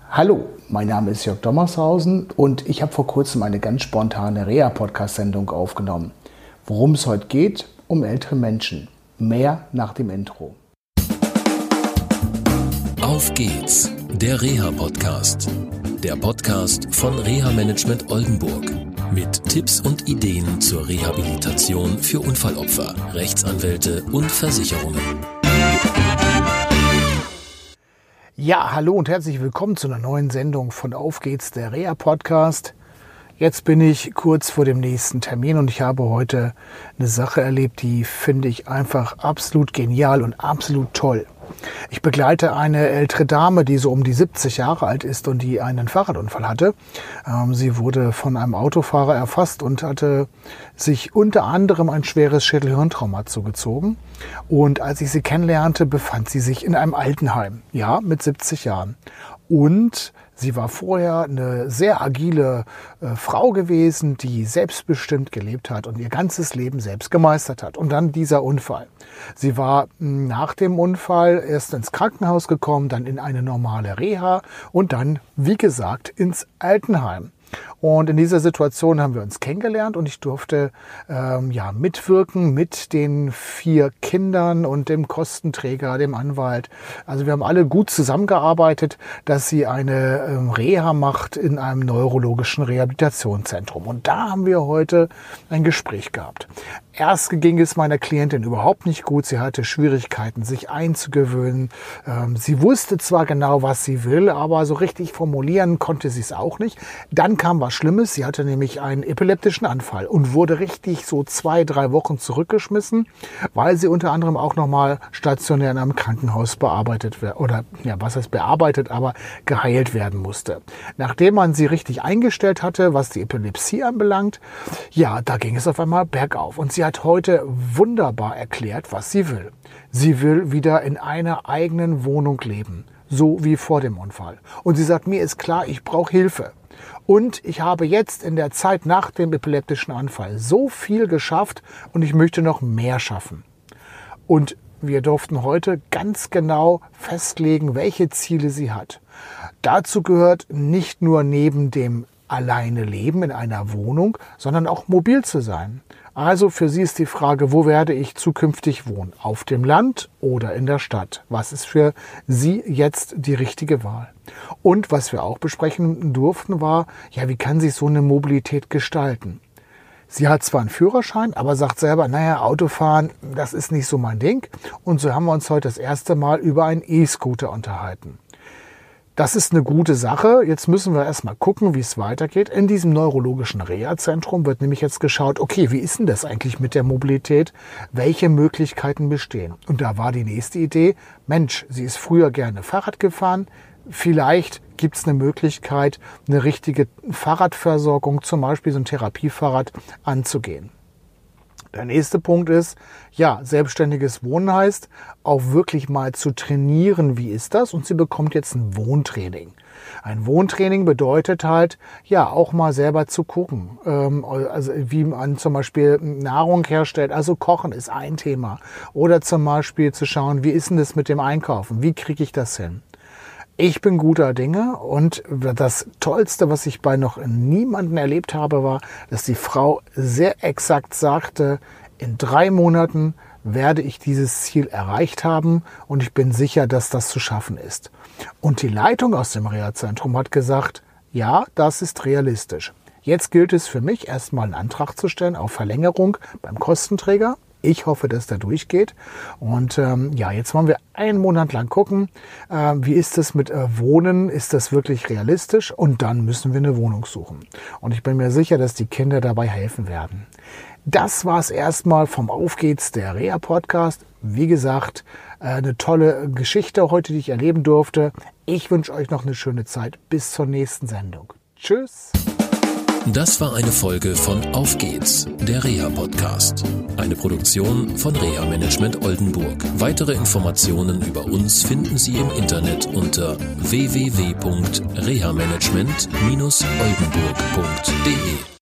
Hallo, mein Name ist Jörg Dommershausen und ich habe vor kurzem eine ganz spontane Reha-Podcast-Sendung aufgenommen. Worum es heute geht? Um ältere Menschen. Mehr nach dem Intro. Auf geht's, der Reha-Podcast. Der Podcast von Reha-Management Oldenburg. Mit Tipps und Ideen zur Rehabilitation für Unfallopfer, Rechtsanwälte und Versicherungen. Ja, hallo und herzlich willkommen zu einer neuen Sendung von Auf geht's, der Reha-Podcast. Jetzt bin ich kurz vor dem nächsten Termin und ich habe heute eine Sache erlebt, die finde ich einfach absolut genial und absolut toll. Ich begleite eine ältere Dame, die so um die 70 Jahre alt ist und die einen Fahrradunfall hatte. Sie wurde von einem Autofahrer erfasst und hatte sich unter anderem ein schweres Schädelhirntrauma zugezogen. Und als ich sie kennenlernte, befand sie sich in einem Altenheim, ja, mit 70 Jahren. Und sie war vorher eine sehr agile Frau gewesen, die selbstbestimmt gelebt hat und ihr ganzes Leben selbst gemeistert hat. Und dann dieser Unfall. Sie war nach dem Unfall erst ins Krankenhaus gekommen, dann in eine normale Reha und dann, wie gesagt, ins Altenheim. Und in dieser Situation haben wir uns kennengelernt und ich durfte mitwirken mit den 4 Kindern und dem Kostenträger, dem Anwalt. Also wir haben alle gut zusammengearbeitet, dass sie eine Reha macht in einem neurologischen Rehabilitationszentrum. Und da haben wir heute ein Gespräch gehabt. Erst ging es meiner Klientin überhaupt nicht gut. Sie hatte Schwierigkeiten, sich einzugewöhnen. Sie wusste zwar genau, was sie will, aber so richtig formulieren konnte sie es auch nicht. Dann kam was Schlimmes. Sie hatte nämlich einen epileptischen Anfall und wurde richtig so 2-3 Wochen zurückgeschmissen, weil sie unter anderem auch nochmal stationär in einem Krankenhaus geheilt werden musste. Nachdem man sie richtig eingestellt hatte, was die Epilepsie anbelangt, ja, da ging es auf einmal bergauf. Und sie hat heute wunderbar erklärt, was sie will. Sie will wieder in einer eigenen Wohnung leben, so wie vor dem Unfall. Und sie sagt, mir ist klar, ich brauche Hilfe. Und ich habe jetzt in der Zeit nach dem epileptischen Anfall so viel geschafft und ich möchte noch mehr schaffen. Und wir durften heute ganz genau festlegen, welche Ziele sie hat. Dazu gehört nicht nur neben dem alleine leben in einer Wohnung, sondern auch mobil zu sein. Also für sie ist die Frage, wo werde ich zukünftig wohnen? Auf dem Land oder in der Stadt? Was ist für sie jetzt die richtige Wahl? Und was wir auch besprechen durften war, ja, wie kann sich so eine Mobilität gestalten? Sie hat zwar einen Führerschein, aber sagt selber, Autofahren, das ist nicht so mein Ding. Und so haben wir uns heute das erste Mal über einen E-Scooter unterhalten. Das ist eine gute Sache. Jetzt müssen wir erstmal gucken, wie es weitergeht. In diesem neurologischen Reha-Zentrum wird nämlich jetzt geschaut, okay, wie ist denn das eigentlich mit der Mobilität? Welche Möglichkeiten bestehen? Und da war die nächste Idee, Mensch, sie ist früher gerne Fahrrad gefahren. Vielleicht gibt es eine Möglichkeit, eine richtige Fahrradversorgung, zum Beispiel so ein Therapiefahrrad, anzugehen. Der nächste Punkt ist, ja, selbstständiges Wohnen heißt, auch wirklich mal zu trainieren, wie ist das? Und sie bekommt jetzt ein Wohntraining. Ein Wohntraining bedeutet halt, ja, auch mal selber zu gucken, also wie man zum Beispiel Nahrung herstellt, also Kochen ist ein Thema. Oder zum Beispiel zu schauen, wie ist denn das mit dem Einkaufen? Wie kriege ich das hin? Ich bin guter Dinge und das Tollste, was ich bei noch niemandem erlebt habe, war, dass die Frau sehr exakt sagte, in 3 Monaten werde ich dieses Ziel erreicht haben und ich bin sicher, dass das zu schaffen ist. Und die Leitung aus dem Reha-Zentrum hat gesagt, ja, das ist realistisch. Jetzt gilt es für mich, erstmal einen Antrag zu stellen auf Verlängerung beim Kostenträger. Ich hoffe, dass der durchgeht. Und jetzt wollen wir 1 Monat lang gucken, wie ist es mit Wohnen, ist das wirklich realistisch? Und dann müssen wir eine Wohnung suchen. Und ich bin mir sicher, dass die Kinder dabei helfen werden. Das war es erstmal vom Auf geht's, der Reha-Podcast. Wie gesagt, eine tolle Geschichte heute, die ich erleben durfte. Ich wünsche euch noch eine schöne Zeit. Bis zur nächsten Sendung. Tschüss. Das war eine Folge von Auf geht's, der Reha-Podcast. Eine Produktion von Reha-Management Oldenburg. Weitere Informationen über uns finden Sie im Internet unter www.rehamanagement-oldenburg.de.